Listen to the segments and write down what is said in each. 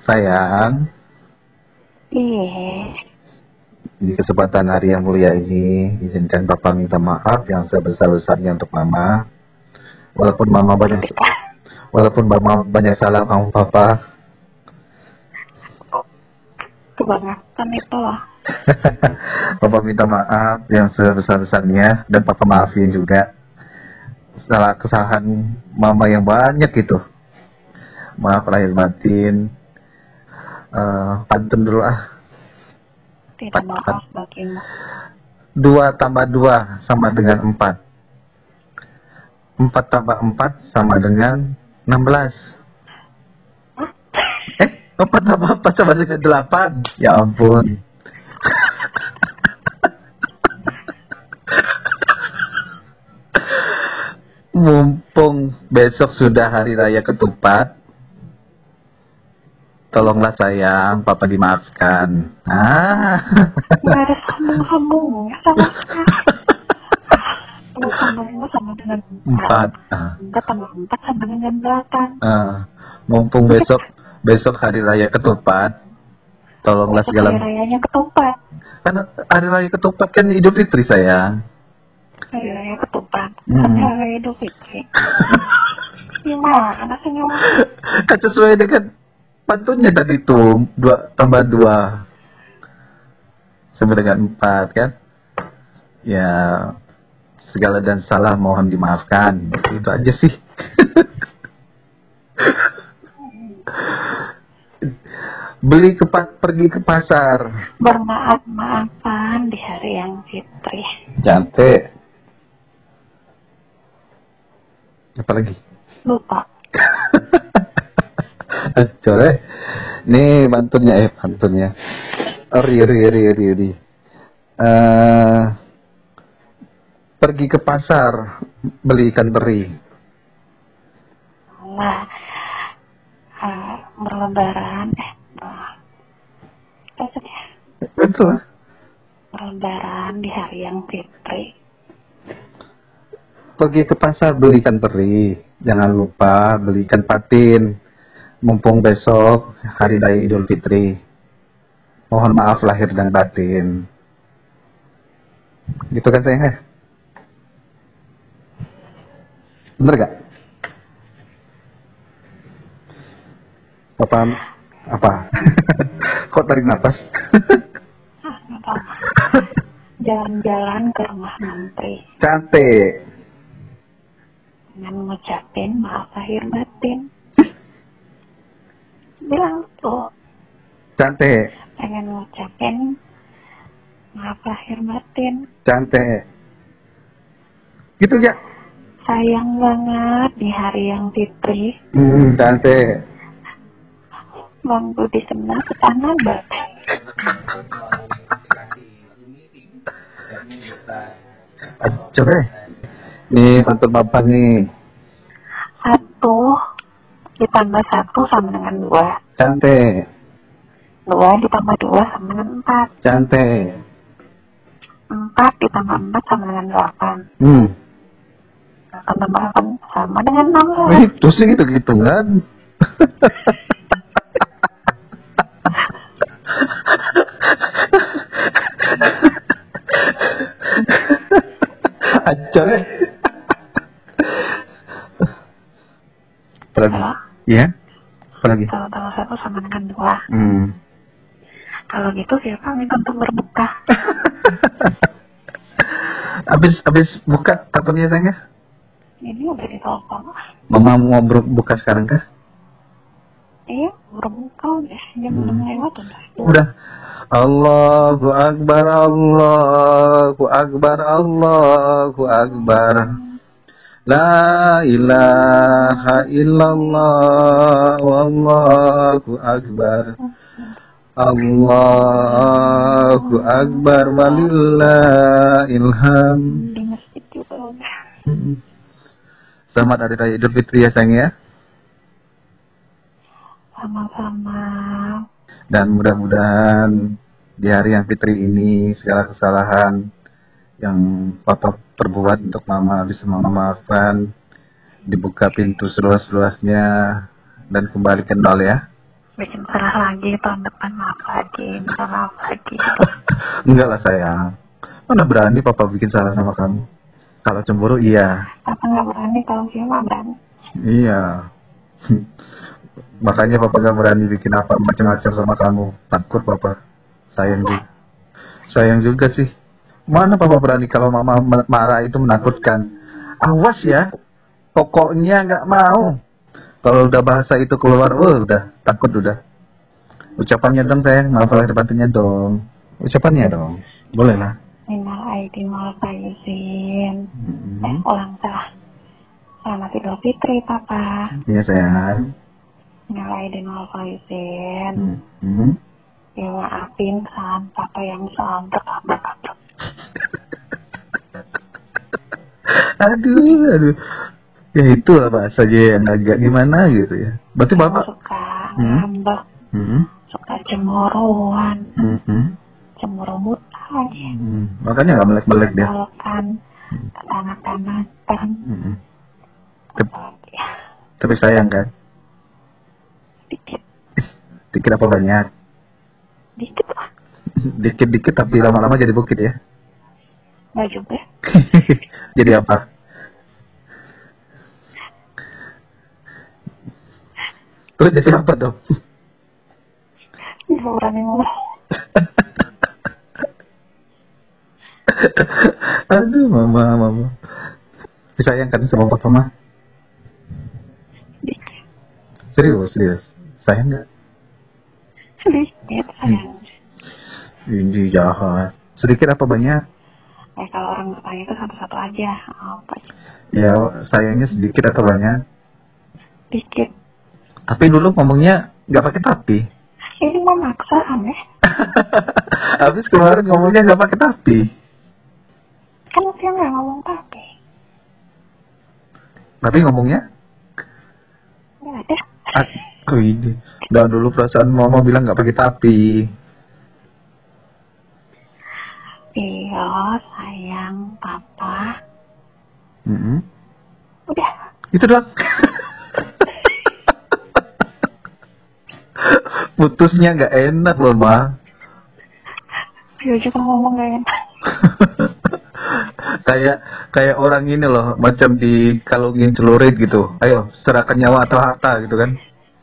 Sayang, Iya. di kesempatan hari yang mulia ini, izinkan Papa minta maaf yang sebesar-besarnya untuk Mama. Walaupun Mama banyak salah sama Papa. Kebanyakan itu. Papa minta maaf yang sebesar-besarnya dan Papa maafin juga kesalahan Mama yang banyak itu. Maaf lahir batin. Pantun dulu ah. Tidak maaf bagimu. 2 tambah 2 sama dengan 4. 4 tambah 4 sama dengan 16. 4 tambah 4 sama dengan 8. Ya ampun. Mumpung besok sudah hari raya ketupat, tolonglah sayang, Papa dimaafkan. Nggak ada sambung-sambungnya sama sekali. Sambungnya sama dengan 4. 4 tambah 4 sama dengan 8. Mumpung besok hari raya ketupat, tolonglah Besok segala. hari rayanya ketupat. Kan hari raya ketupat kan Idul Fitri sayang. Hari raya ketupat. Kan hari raya Idul Fitri. Gimana sih ngomong? Kan sesuai dengan pantunnya tadi tuh 2 tambah 2 sama dengan 4 kan. Ya, segala dan salah mohon dimaafkan. Itu aja sih. Pergi ke pasar. Bermaaf-maafan di hari yang fitri. Cantik. Apa lagi? Lupa. Coba. Nih pantunnya. Ri. Pergi ke pasar beli ikan teri. Nah, berlebaran. Betul. Berlebaran di hari yang fitri. Pergi ke pasar beli ikan teri. Jangan lupa beli ikan patin. Mumpung besok hari raya Idul Fitri. Mohon maaf lahir dan batin. Gitu kan sayang ya? Bener gak? Apa? Kok tarik nafas? Jalan-jalan ke rumah menteri. Cantik. Dengan ngucapin maaf lahir batin. Bilang tuh. Cantik. Pengen ngucapin maaf lahir batin. Cantik. Gitu ya? Sayang banget di hari yang fitri. Cantik. Bang Budi senang kesana banget. Coba nih pantun Bapak nih. 1 ditambah 1 sama dengan 2. Cantik. 2 ditambah 2 sama dengan 4. Cantik. 4 ditambah 4 sama dengan 8. 8 tambah 8 sama dengan 16. Itu sih gitu kan. Coba. Iya? Apa lagi? Kalau tambah 1 sama dengan 2. Kalau gitu siapa minta untuk berbuka? Habis buka takutnya sayang ya? Ini udah ditelepon. Mama mau berbuka sekarang kah? Iya, berbuka udah. Jam 6 lewat udah. Allahu Akbar, Allahu Akbar, Allahu Akbar. La ilaha illallah, wallahu akbar. Allahu Akbar walillahil hamd. Di masjid juga udah. Selamat Hari Raya Idul Fitri ya sayang ya. Sama-sama. Dan mudah-mudahan di hari yang fitri ini segala kesalahan yang Papa perbuat untuk Mama bisa Mama maafkan, dibuka pintu seluas-luasnya dan kembali ke nol ya. bikin salah lagi tahun depan, maaf lagi, minta maaf lagi. Enggak lah sayang. Mana berani papa bikin salah sama kamu. Kalau cemburu iya. Papa nggak berani, kalau dia mah berani. Iya. Makanya papa gak berani bikin apa macam-macam sama kamu. Takut papa. Sayang juga. Sayang juga sih. Mana papa berani kalau mama marah itu menakutkan. Awas ya. Pokoknya nggak mau. Kalau udah bahasa itu keluar, udah takut udah. Ucapannya dong sayang, maaf lahir batinnya dong. Ucapannya dong. Boleh lah. Minal aidin wal faizin. Ulang salah. Selamat Idul Fitri, Papa. Iya sayang. Minal aidin wal faizin. Ya maafin kesalahan Papa yang selalu terlambat. Aduh. Ya itulah bahasanya yang agak gimana gitu ya. Berarti bapak suka ngambek, suka cemburuan, cemburu buta aja. Makanya nggak melek-melek dia. Pelukan, kanak-kanakan. Tapi sayang kan? Dikit. Dikit apa banyak? Dikit lah. Dikit-dikit tapi lama-lama jadi bukit ya? Nggak juga. Jadi apa? Terus jadi apa dong? Nggak berani ngomong. Aduh mama. Disayang kan sama papa mah? Dikit. Serius. Sayang nggak? Sedikit sayang. Ini jahat. Sedikit apa banyak? Kalau orang bertanya itu satu-satu aja. Apa? Ya sayangnya sedikit atau banyak? Dikit. Tapi dulu ngomongnya nggak pakai tapi. Ini mau maksa aneh. Habis kemarin ngomongnya nggak pakai tapi. Kan dia nggak ngomong tapi. Tapi ngomongnya? Nggak ada. Oh ini. Dan dulu perasaan mama bilang nggak pakai tapi. Iya sayang Papa. Udah. Itu doang. Putusnya nggak enak loh ma. Dia juga ngomong gak enak. kayak orang ini loh, macam dikalungin celurit gitu. Ayo serahkan nyawa atau harta gitu kan?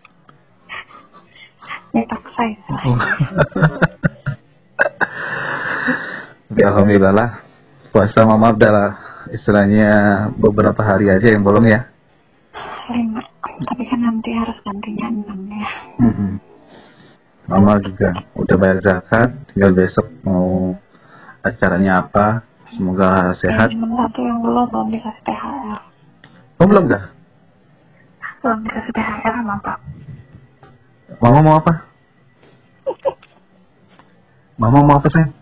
Dipaksa itu. Ya, alhamdulillah lah. Puasa mama udah lah, istilahnya beberapa hari aja yang bolong ya. 5. Tapi kan nanti harus gantinya 6 ya. Mama juga udah bayar zakat, tinggal besok mau acaranya apa. Semoga sehat. Cuma satu yang belum dikasih THR. Oh belum dah? Belum dikasih THR sama Pak. Mama mau apa? Mama mau apa sayang?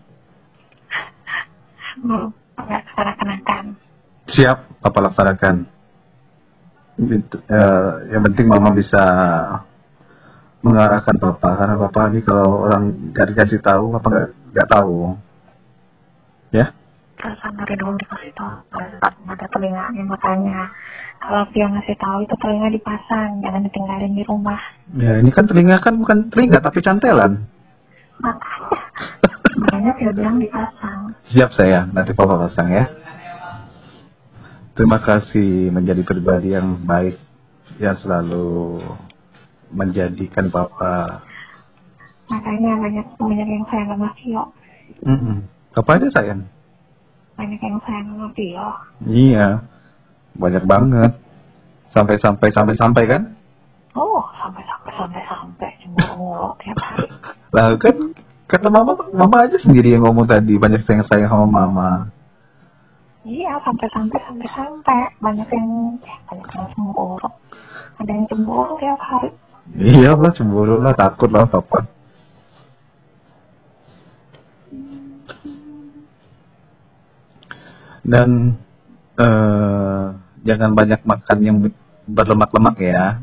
Nggak laksanakan. Siap, Papa laksanakan. Yang penting Mama bisa mengarahkan Papa, karena Papa ini kalau orang gak dikasih tahu, Papa gak tahu. Ya? Perasaan dari dulu dikasih tahu, ada telinganya, makanya kalau dia ngasih tahu itu telinga dipasang, jangan ditinggalin di rumah. Ya ini kan telinga kan bukan telinga tapi cantelan. Makanya dia bilang dipasang. Siap sayang, nanti Papa pasang ya. Terima kasih menjadi pribadi yang baik, yang selalu menjadikan Papa. Makanya banyak yang sayang sama Vio. Apa aja sayang? Banyak yang sayang sama Vio. Iya, banyak banget. Sampai kan? Oh, sampai cemburu tiap hari. Lah kan kata mama aja sendiri yang ngomong tadi banyak sayang sama mama. Iya, sampai banyak yang cemburu. Ada yang cemburu tiap hari. Iya lah, cemburu lah, takut lah papa. Dan jangan banyak makan yang berlemak-lemak ya.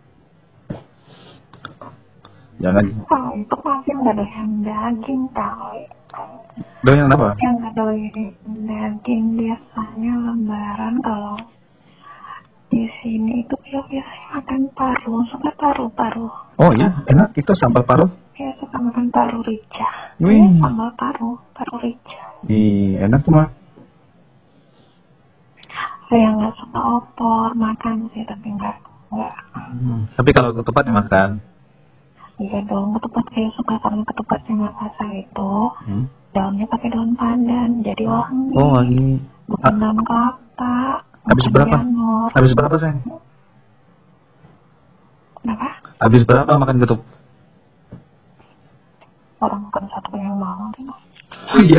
Jangan. Untuk masih nggak doyan daging tau. Doyan apa? Yang nggak doyan daging biasanya lebaran kalau Di sini itu biasanya makan paru, suka paru-paru. Oh iya, enak itu sambal paru. Ya suka makan paru rica. Wih. Sambal paru rica. Enak tuh mah. Saya nggak suka opor, makan sih tapi nggak. Tapi kalau ketupat makan. Iya dong, ketupat saya suka karena ketupatnya Makassar itu daunnya pakai daun pandan, jadi wangi. Oh wangi. Bukan daun kelapa. Habis berapa? Janur. Habis berapa sayang? Kenapa? Habis berapa makan ketup? Orang makan satu yang mau. Iya.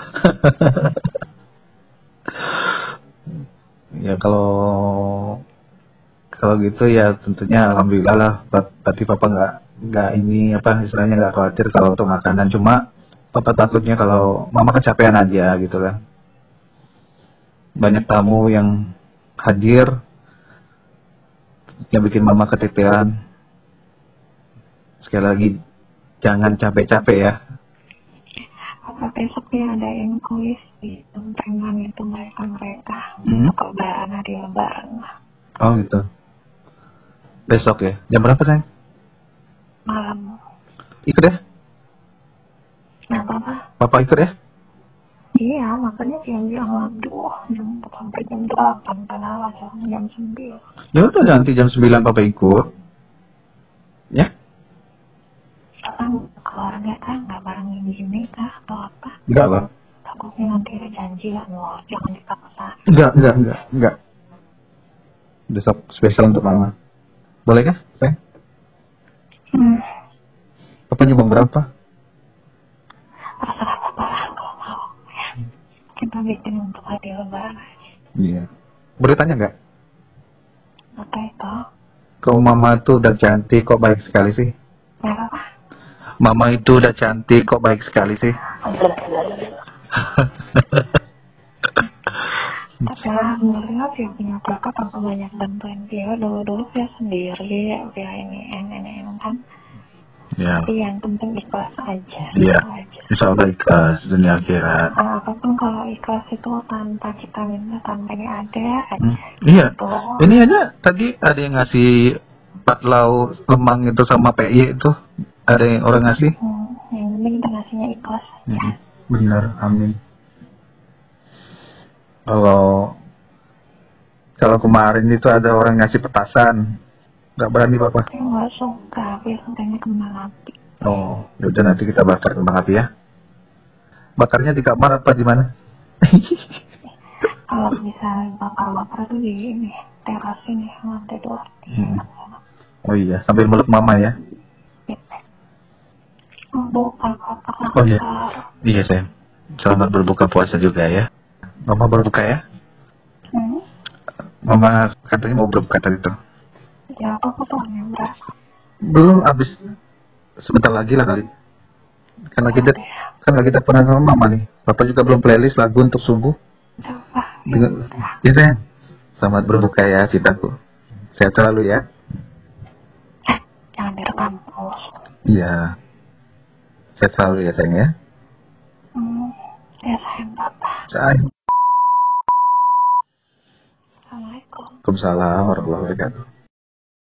Ya kalau gitu ya tentunya alhamdulillah lah. Berarti papa nggak ini apa istilahnya nggak khawatir kalau untuk makanan, cuma papa takutnya kalau mama kecapean aja gitu kan. Banyak tamu yang hadir yang bikin mama keteteran. Sekali lagi jangan capek-capek ya. Apa besoknya ada yang kuis di tempat itu mereka untuk lebaran, hari lebaran. Oh gitu. Besok ya. Jam berapa sayang? Malam. Ikut ya? Kenapa? Papa ikut ya? Iya, makanya dia bilang sampai jam 8 padahal jam 9. Ya udah nanti jam 9 papa ikut. Ya? Keluarga kan nggak bareng gini kah atau apa? Enggak lah. Takutnya nanti ada janji lah, jangan dipaksa. Enggak. Besok spesial untuk mama. Boleh kah, sayang? Papa nyumbang berapa? Terserah papa lah kalau mau. Ya. Kita bikin untuk hari lebaran aja. Iya. Boleh tanya nggak? Apa itu? Kok mama tuh udah cantik, kok baik sekali sih? Apa? Mama itu udah cantik, kok baik sekali sih? Tapi alhamdulillah dia punya kakak tanpa banyak bantuin dia. Dulu dia sendiri, dia ini kan. Ya. Tapi yang penting ikhlas aja. Iya. Insya Allah ikhlas dunia akhirat. Apapun kalau ikhlas itu tanpa kita minta, tanpa ini ada aja. Iya. Gitu. Ini aja tadi ada yang ngasih patlau lemang itu sama PI itu. Ada yang orang ngasih. Yang penting kita ngasihnya ikhlas. Benar, amin. Kalau kemarin itu ada orang ngasih petasan, nggak berani papa. Saya nggak suka, biasanya kembang api. Oh, udah nanti kita bakar kembang api ya. Bakarnya di kamar apa di mana? Kalau bisa bakar tuh di ini teras ini lantai 2. Oh iya, sambil meluk mama ya. Bukan kotak. Oh iya, iya sayang. Selamat berbuka puasa juga ya. Mama berbuka ya. Mama katanya mau berbuka tadi tuh. Ya aku tuh berapa? Belum habis. Sebentar lagi lah kali. Kan lagi teleponan sama mama nih. Papa juga belum playlist lagu untuk subuh. Ya sayang. Selamat berbuka ya cintaku. Sehat selalu ya. Jangan direkam. Iya. Sehat selalu ya sayang ya. Ya sayang papa. Sayang. Assalamualaikum. Waalaikumsalam warahmatullahi wabarakatuh.